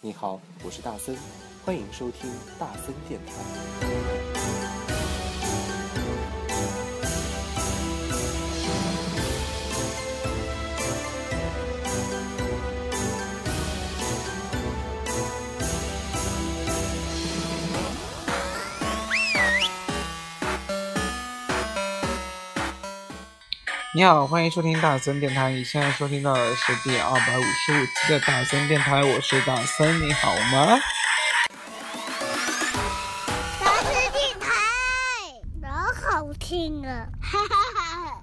你好，我是大森，欢迎收听大森电台。 你好，欢迎收听大森电台。你现在收听到的是第255期的大森电台，我是大森，你好吗？ 大森电台，好好听啊！哈哈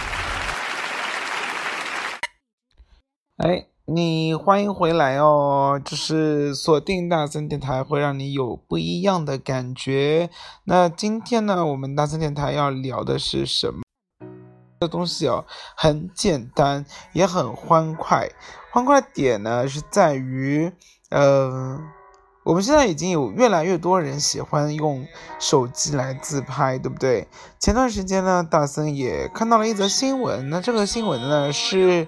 哈。你欢迎回来哦！就是锁定大森电台，会让你有不一样的感觉。那今天呢，我们大森电台要聊的是什么？这东西很简单，也很欢快。欢快的点呢是在于，我们现在已经有越来越多人喜欢用手机来自拍，对不对？前段时间呢，大森也看到了一则新闻。那这个新闻呢是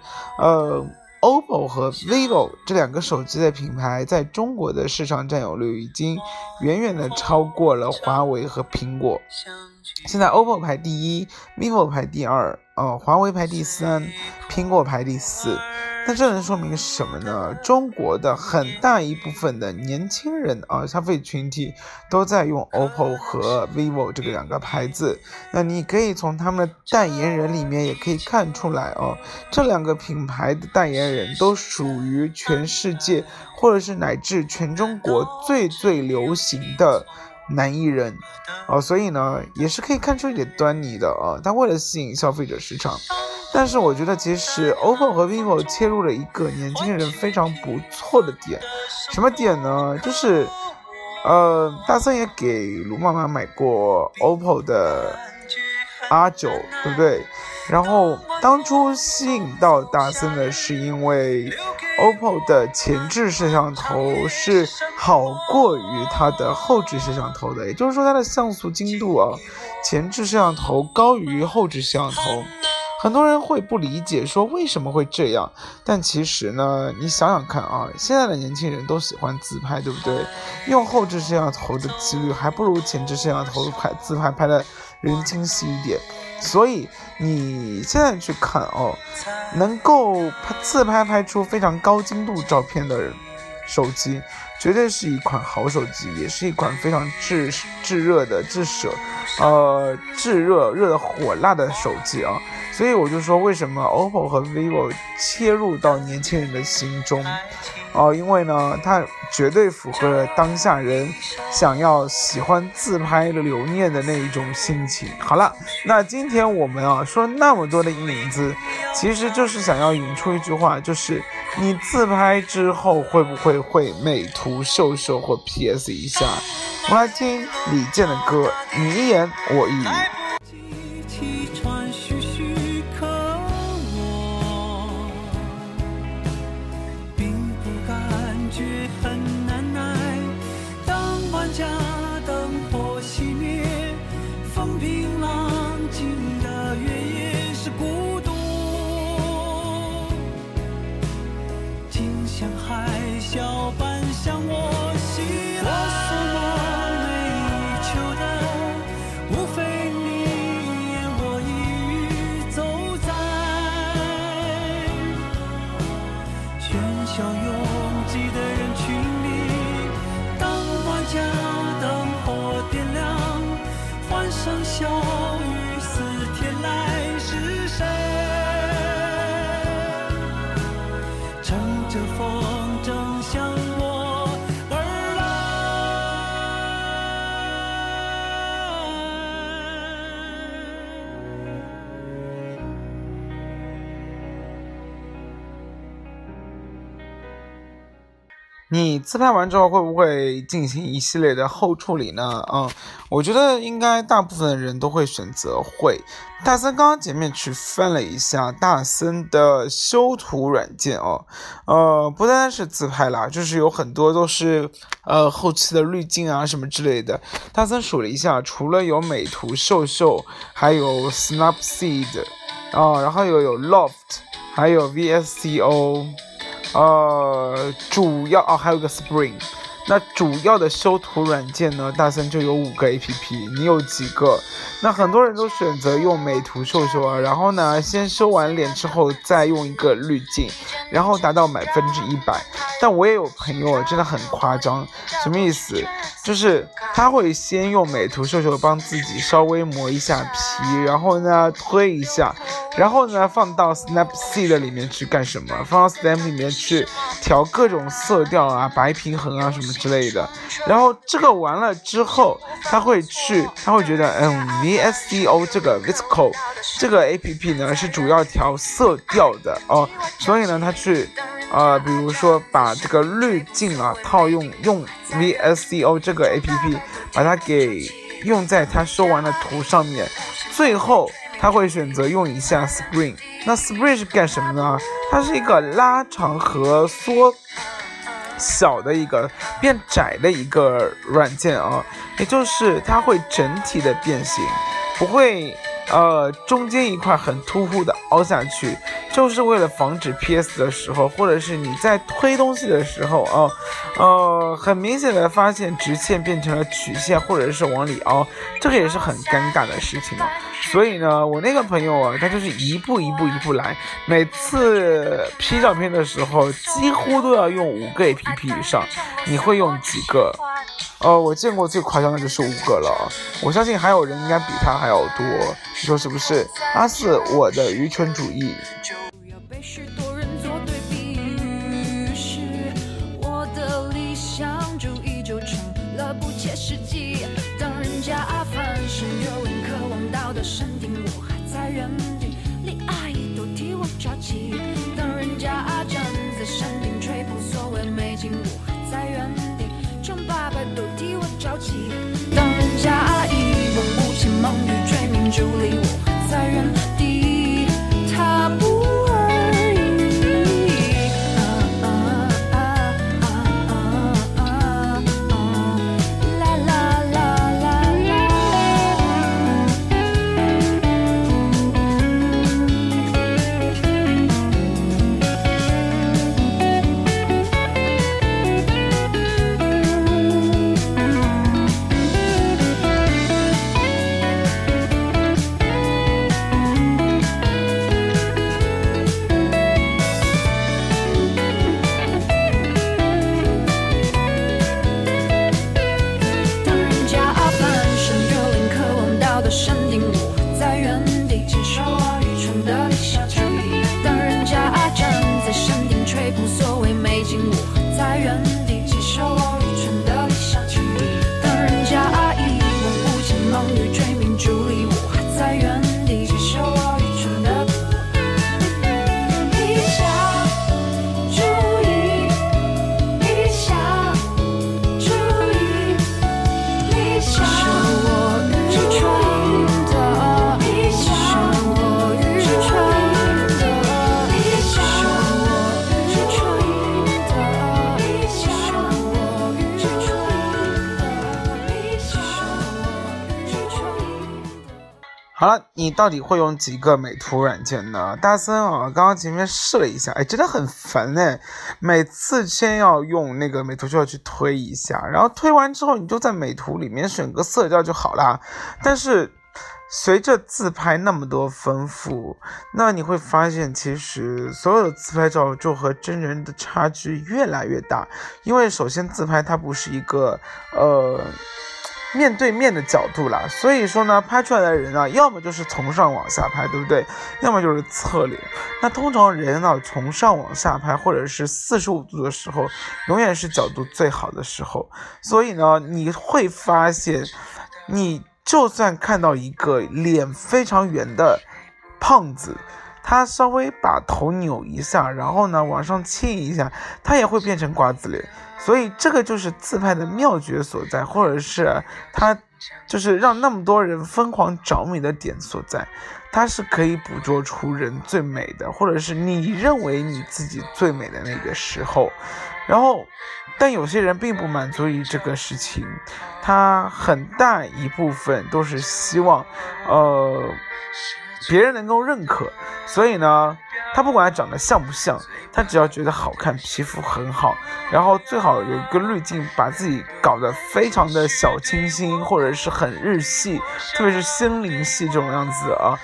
，OPPO 和 vivo 这两个手机的品牌在中国的市场占有率已经远远的超过了华为和苹果。现在 OPPO 排第一， vivo 排第二，华为排第三，苹果排第四。那这能说明什么呢？中国的很大一部分的年轻人消费群体都在用 OPPO 和 vivo 这个两个牌子。那你可以从他们的代言人里面也可以看出来这两个品牌的代言人都属于全世界或者是乃至全中国最流行的男艺人所以呢也是可以看出一点端倪的他为了吸引消费者市场。但是我觉得其实 OPPO 和 vivo 切入了一个年轻人非常不错的点。什么点呢？就是大森也给卢妈妈买过 OPPO 的 R9， 对不对？然后当初吸引到大森的是因为 OPPO 的前置摄像头是好过于它的后置摄像头的，也就是说它的像素精度前置摄像头高于后置摄像头。很多人会不理解说为什么会这样，但其实呢，你想想看现在的年轻人都喜欢自拍，对不对？用后置摄像头的几率还不如前置摄像头自拍拍的人清晰一点。所以你现在去看能够自拍拍出非常高精度照片的手机绝对是一款好手机，也是一款非常炙热的火辣的手机所以我就说为什么 OPPO 和 vivo 切入到年轻人的心中因为呢它绝对符合了当下人想要喜欢自拍的留念的那一种心情。好了，那今天我们说那么多的影子，其实就是想要引出一句话，就是你自拍之后会不会美图秀秀或 PS 一下。我们来听李健的歌，你一言我一语。你自拍完之后会不会进行一系列的后处理呢？我觉得应该大部分人都会选择会。大森刚刚前面去翻了一下大森的修图软件不单单是自拍啦，就是有很多都是后期的滤镜什么之类的。大森数了一下，除了有美图秀秀，还有 Snapseed然后有 Loft， 还有 VSCO。 主要还有个 Spring。那主要的修图软件呢，大森就有5个 APP， 你有几个？那很多人都选择用美图秀秀啊，然后呢，先修完脸之后再用一个滤镜，然后达到100%。但我也有朋友真的很夸张，什么意思？就是他会先用美图秀秀帮自己稍微磨一下皮，然后呢推一下，然后呢放到 Snapseed 里面去干什么？放到 Snap 里面去调各种色调啊、白平衡啊什么之类的。然后这个完了之后，他会觉得VSCO 这个 VSCO 这个 APP 呢是主要调色调的哦，所以呢他去比如说把这个滤镜啊套用 VSCO 这个 APP 把它给用在他修完的图上面，最后他会选择用一下 Spring。 那 Spring 是干什么呢？它是一个拉长和缩小的一个变窄的一个软件啊，也就是它会整体的变形，不会中间一块很突兀的凹下去，就是为了防止 PS 的时候，或者是你在推东西的时候很明显的发现直线变成了曲线，或者是往里凹，这个也是很尴尬的事情。所以呢，我那个朋友啊，他就是一步来，每次 P 照片的时候几乎都要用5个 APP 以上。你会用几个？我见过最夸张的就是5个了，我相信还有人应该比他还要多，你说是不是？阿四，我的愚蠢主义。我的理想主义就成了不切实际。当人家翻身有人渴望到的山顶，我还在原地，恋爱都替我着急。当人家站在山顶吹拂所谓美景，我还在原地，张爸爸都替我着急。当人家一望无际忙于追名逐利，我还在原地，他不而已。啦啦啦啦啦。好了，你到底会用几个美图软件呢？大森啊，刚刚前面试了一下，真的很烦每次先要用那个美图秀秀去推一下，然后推完之后你就在美图里面选个色调就好啦。但是随着自拍那么多丰富，那你会发现其实所有的自拍照就和真人的差距越来越大。因为首先自拍它不是一个面对面的角度啦，所以说呢，拍出来的人啊，要么就是从上往下拍，对不对？要么就是侧脸。那通常人啊，从上往下拍或者是45度的时候，永远是角度最好的时候。所以呢，你会发现，你就算看到一个脸非常圆的胖子，他稍微把头扭一下，然后呢往上倾一下，他也会变成瓜子脸。所以这个就是自拍的妙诀所在，或者是它就是让那么多人疯狂着迷的点所在。它是可以捕捉出人最美的，或者是你认为你自己最美的那个时候。然后但有些人并不满足于这个事情，他很大一部分都是希望别人能够认可，所以呢他不管他长得像不像，他只要觉得好看，皮肤很好，然后最好有一个滤镜，把自己搞得非常的小清新，或者是很日系，特别是心灵系这种样子啊。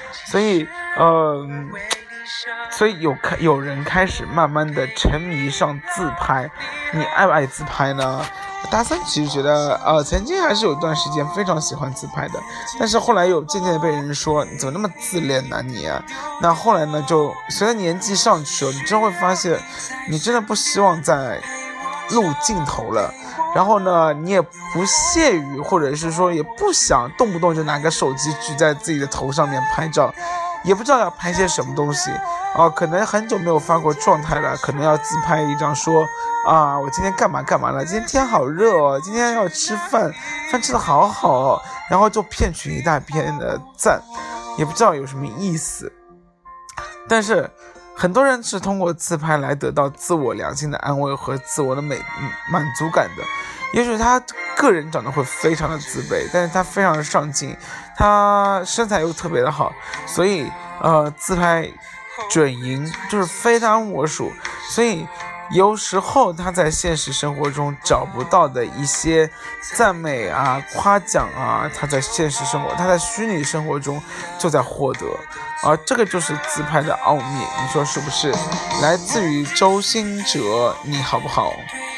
所以有人开始慢慢的沉迷上自拍。你爱不爱自拍呢？大三其实觉得曾经还是有一段时间非常喜欢自拍的，但是后来有渐渐被人说你怎么那么自恋呢你啊。那后来呢，就随着年纪上去了，你真的会发现你真的不希望再录镜头了，然后呢你也不屑于，或者是说也不想动不动就拿个手机举在自己的头上面拍照，也不知道要拍些什么东西可能很久没有发过状态了，可能要自拍一张说我今天干嘛干嘛了，今天天好热哦，今天要吃饭吃得好好哦，然后就骗取一大片的赞，也不知道有什么意思。但是很多人是通过自拍来得到自我良心的安慰和自我的满足感的。也许他个人长得会非常的自卑，但是他非常的上进，他身材又特别的好，所以自拍准赢，就是非他莫属。所以有时候他在现实生活中找不到的一些赞美夸奖他在现实生活，他在虚拟生活中就在获得这个就是自拍的奥秘，你说是不是？来自于周兴哲，你好不好？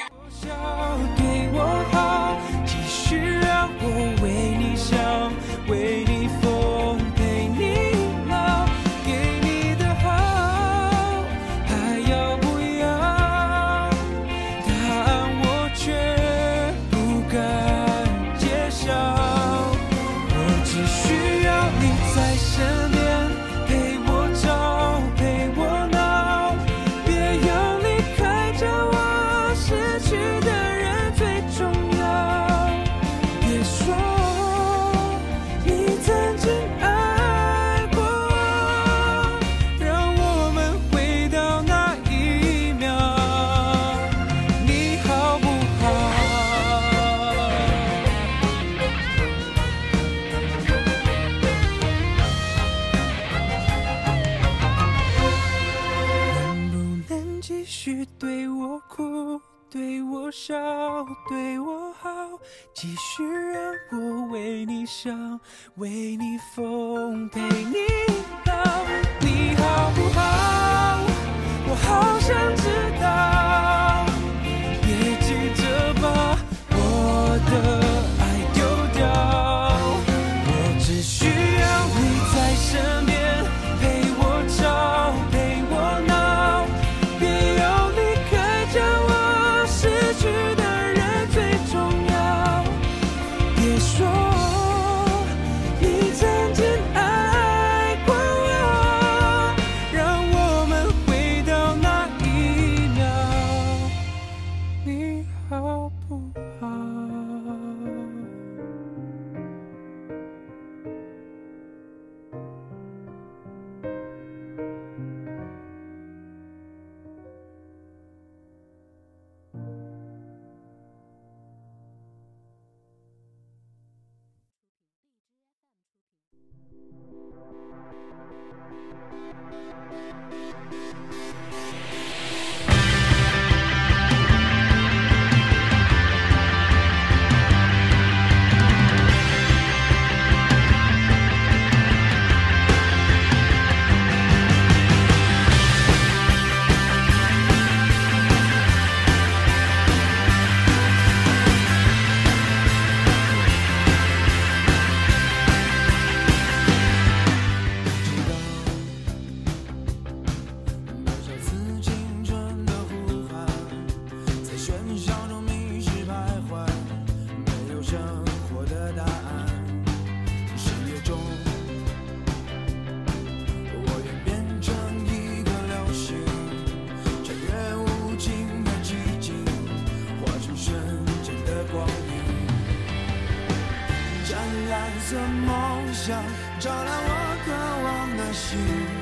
对我哭，对我笑，对我好，继续让我为你想，为你疯，陪你老。你好不好？我好想知道。别急着把我的爱丢掉，我只需要你在身边，陪我吵，陪我闹，别要离开，将我失去的人最重要。别说你曾经爱过我，让我们回到那一秒，你好不好？蓝色梦想照亮我渴望的心，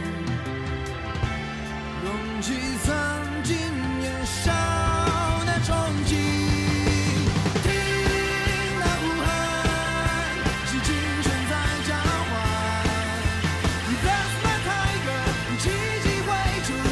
容器曾经年少的憧憬。听那呼喊，是青春在召唤。That's my tiger， 奇迹会出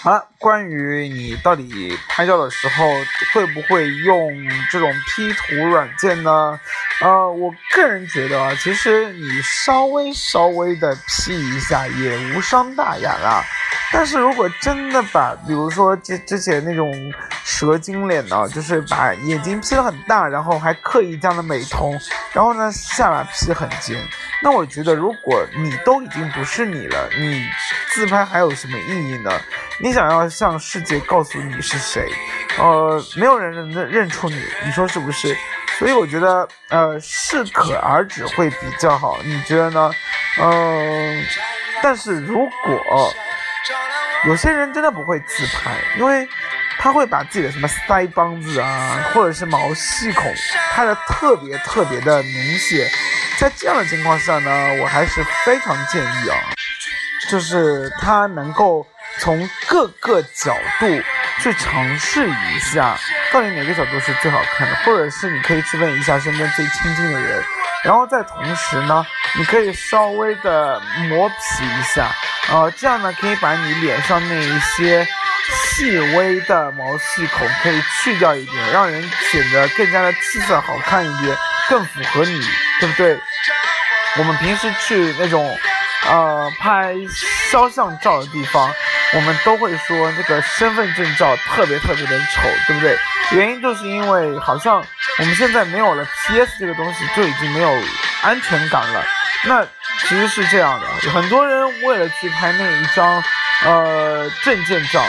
好了，关于你到底拍照的时候会不会用这种 P 图软件呢？我个人觉得啊，其实你稍微的 P 一下也无伤大雅啦。但是如果真的把，比如说之前那种蛇精脸呢，就是把眼睛 P 得很大，然后还刻意这样的美瞳，然后呢下巴 P 得很尖，那我觉得如果你都已经不是你了，你自拍还有什么意义呢？你想要向世界告诉你是谁，没有人能认出你，你说是不是？所以我觉得适可而止会比较好，你觉得呢？但是如果有些人真的不会自拍，因为他会把自己的什么腮帮子啊，或者是毛细孔拍得特别的明显，在这样的情况下呢，我还是非常建议啊，就是他能够从各个角度去尝试一下，到底哪个角度是最好看的，或者是你可以去问一下身边最亲近的人，然后在同时呢，你可以稍微的磨皮一下，这样呢可以把你脸上那一些细微的毛细孔可以去掉一点，让人显得更加的气色好看一点，更符合你，对不对？我们平时去那种拍肖像照的地方，我们都会说这个身份证照特别的丑，对不对？原因就是因为好像我们现在没有了 PS 这个东西，就已经没有安全感了。那其实是这样的，很多人为了去拍那一张证件照，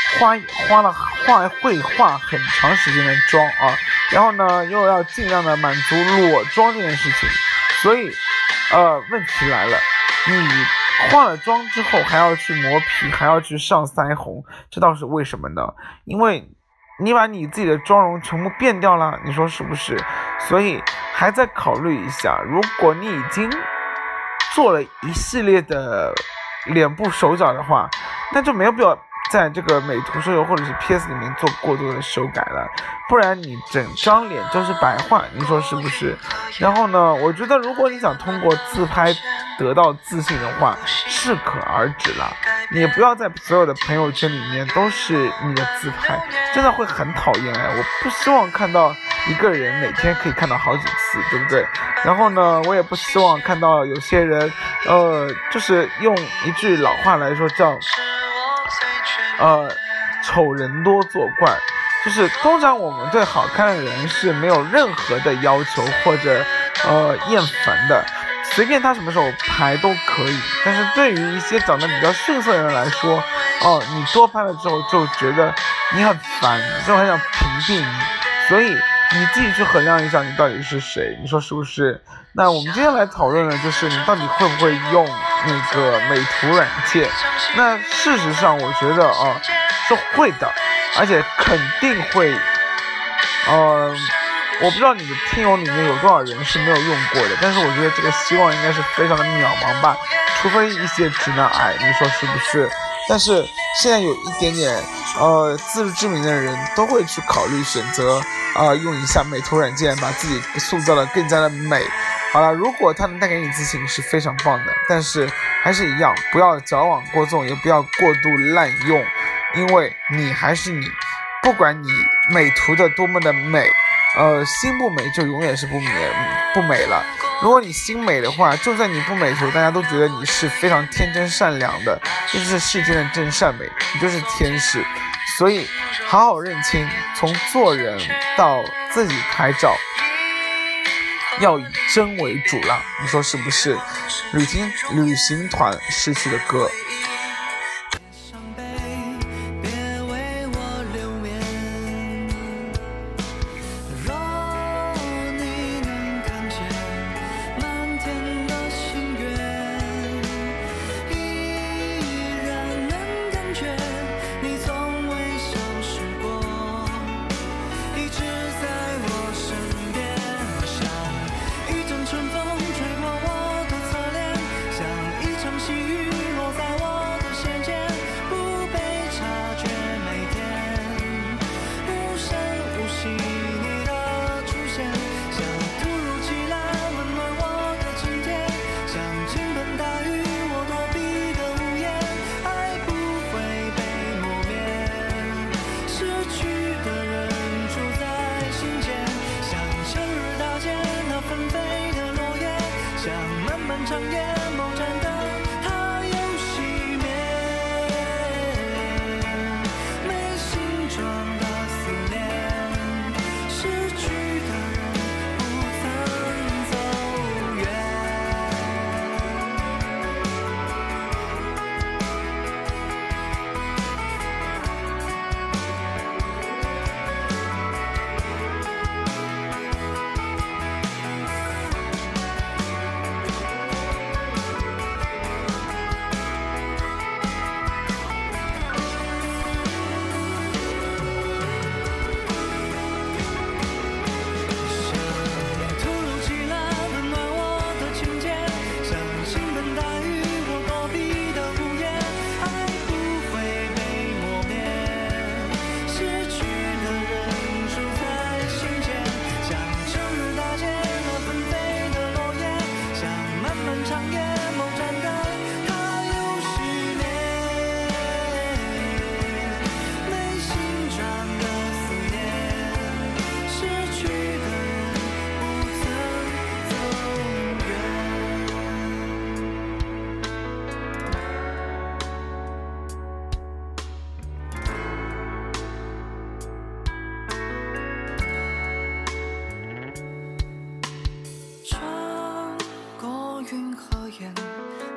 会化很长时间的妆啊，然后呢又要尽量的满足裸妆这件事情，所以问题来了，你化了妆之后还要去磨皮，还要去上腮红，这倒是为什么呢？因为你把你自己的妆容全部变掉了，你说是不是？所以还在考虑一下，如果你已经做了一系列的脸部手脚的话，那就没有必要在这个美图秀秀或者是 PS 里面做过多的修改了，不然你整张脸就是白化，你说是不是？然后呢，我觉得如果你想通过自拍得到自信的话，适可而止了，你也不要在所有的朋友圈里面都是你的自拍，真的会很讨厌哎！我不希望看到一个人每天可以看到好几次，对不对？然后呢，我也不希望看到有些人就是用一句老话来说叫丑人多作怪，就是通常我们对好看的人是没有任何的要求或者厌烦的，随便他什么时候拍都可以。但是对于一些长得比较逊色的人来说，你多拍了之后就觉得你很烦，就很想屏蔽你，所以你自己去衡量一下你到底是谁，你说是不是？那我们今天来讨论的就是你到底会不会用那个美图软件。那事实上我觉得是会的，而且肯定会。我不知道你的听友里面有多少人是没有用过的，但是我觉得这个希望应该是非常的渺茫吧，除非一些直男癌，你说是不是？但是现在有一点点自知之明的人都会去考虑选择用一下美图软件，把自己塑造的更加的美。好了，如果它能带给你自信是非常棒的，但是还是一样，不要矫枉过正，也不要过度滥用，因为你还是你，不管你美图的多么的美，心不美就永远是不美了。如果你心美的话，就算你不美图，大家都觉得你是非常天真善良的，这就是世间的真善美，你就是天使。所以好好认清，从做人到自己拍照要以真为主了，你说是不是？旅行团失去的歌。 春风吹过我的侧脸，像一场细雨落在我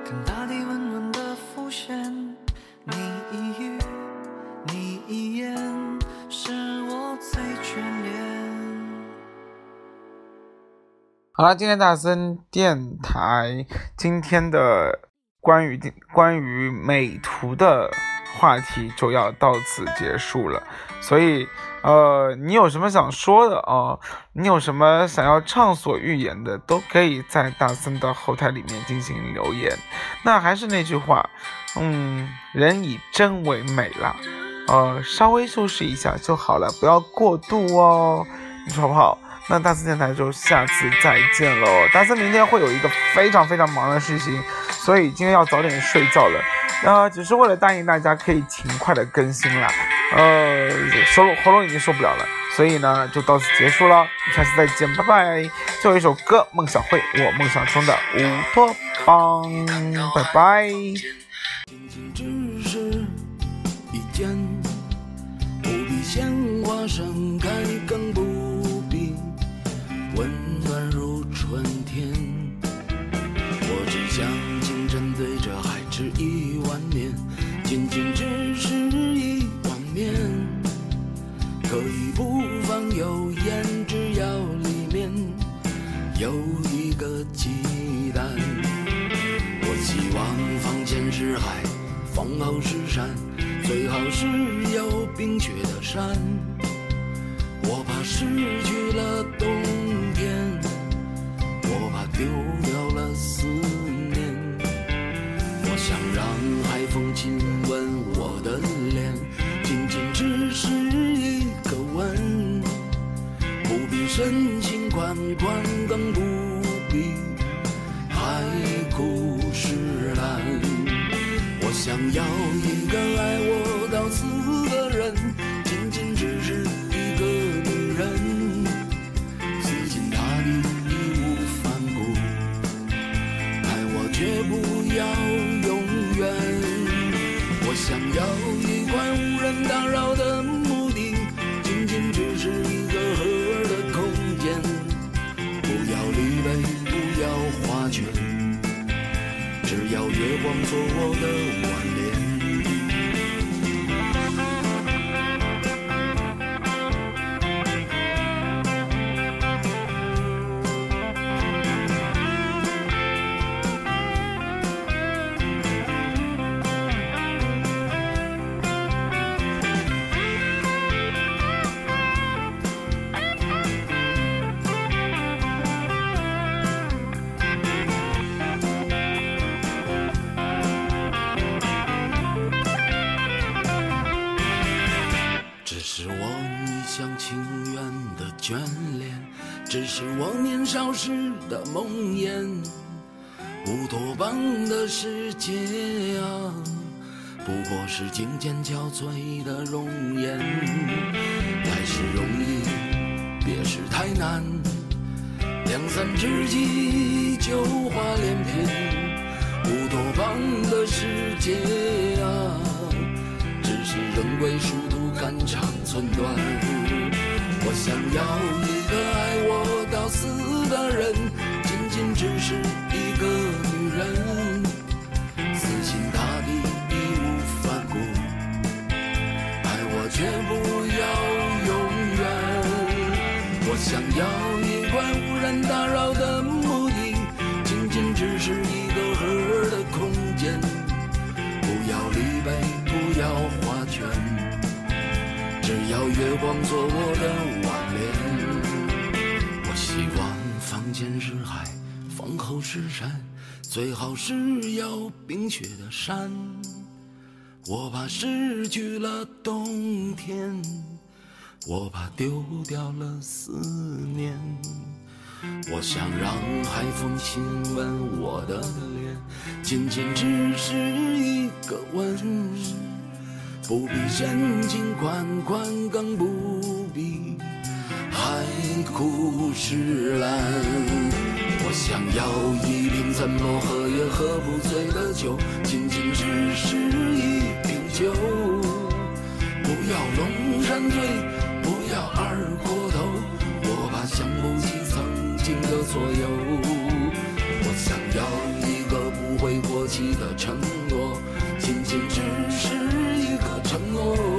看大地温暖的浮现，你一语你一言，是我最眷恋。 好了，今天大森电台今天的关于美图的话题就要到此结束了，所以你有什么想说的哦？你有什么想要畅所欲言的，都可以在大森的后台里面进行留言。那还是那句话，人以真为美啦，稍微修饰一下就好了，不要过度哦，你说好不好？那大森电台就下次再见喽。大森明天会有一个非常非常忙的事情，所以今天要早点睡觉了。只是为了答应大家可以勤快的更新啦。喉咙已经受不了了，所以呢就到此结束了，下次再见，拜拜。最后一首歌，孟小慧，我梦想中的乌托邦，拜拜。 仅仅只是一件，不必鲜花盛开，更不必温暖如春天。我只想清晨对着海吃一碗面，仅仅只是一碗面，可以不放油盐，只要里面有一个鸡蛋。我希望放前是海，放后是山，最好是有冰雪的山。我怕失去了冬天，我怕丢掉了思念。我想让海风亲吻我的脸，仅仅只是一个吻，不必深情款款，更不必海枯石烂。我想要一个爱我到死的人，仅仅只是一个女人，死心塌地义无反顾，爱我却不要永远。我想要一块无人打扰的墓地，仅仅只是一个合的空间，不要绿背，不要花圈，只要月光做我的挽联。只是我一厢情愿的眷恋，只是我年少时的梦魇。乌托邦的世界啊，不过是金剑憔悴的容颜。来时容易，别时太难，两三知己就话连篇。乌托邦的世界啊，只是人为殊途肝肠寸断。我想要一个爱我到死的人，仅仅只是一个女人，死心塌地义无反顾，爱我却不要永远。我想要一块无人打扰的墓地，仅仅只是一个合的空间，不要礼杯，不要花圈，只要月光做我的挽联。我希望房前是海，房后是山，最好是有冰雪的山。我怕失去了冬天，我怕丢掉了思念。我想让海风亲吻我的脸，仅仅只是一个吻，不必深情款款，更不必海枯石烂。我想要一瓶怎么喝也喝不醉的酒，仅仅只是一瓶酒。不要龙山醉，不要二锅头，我怕想不起曾经的所有。我想要一个不会过起的承诺，仅仅只是一个承诺。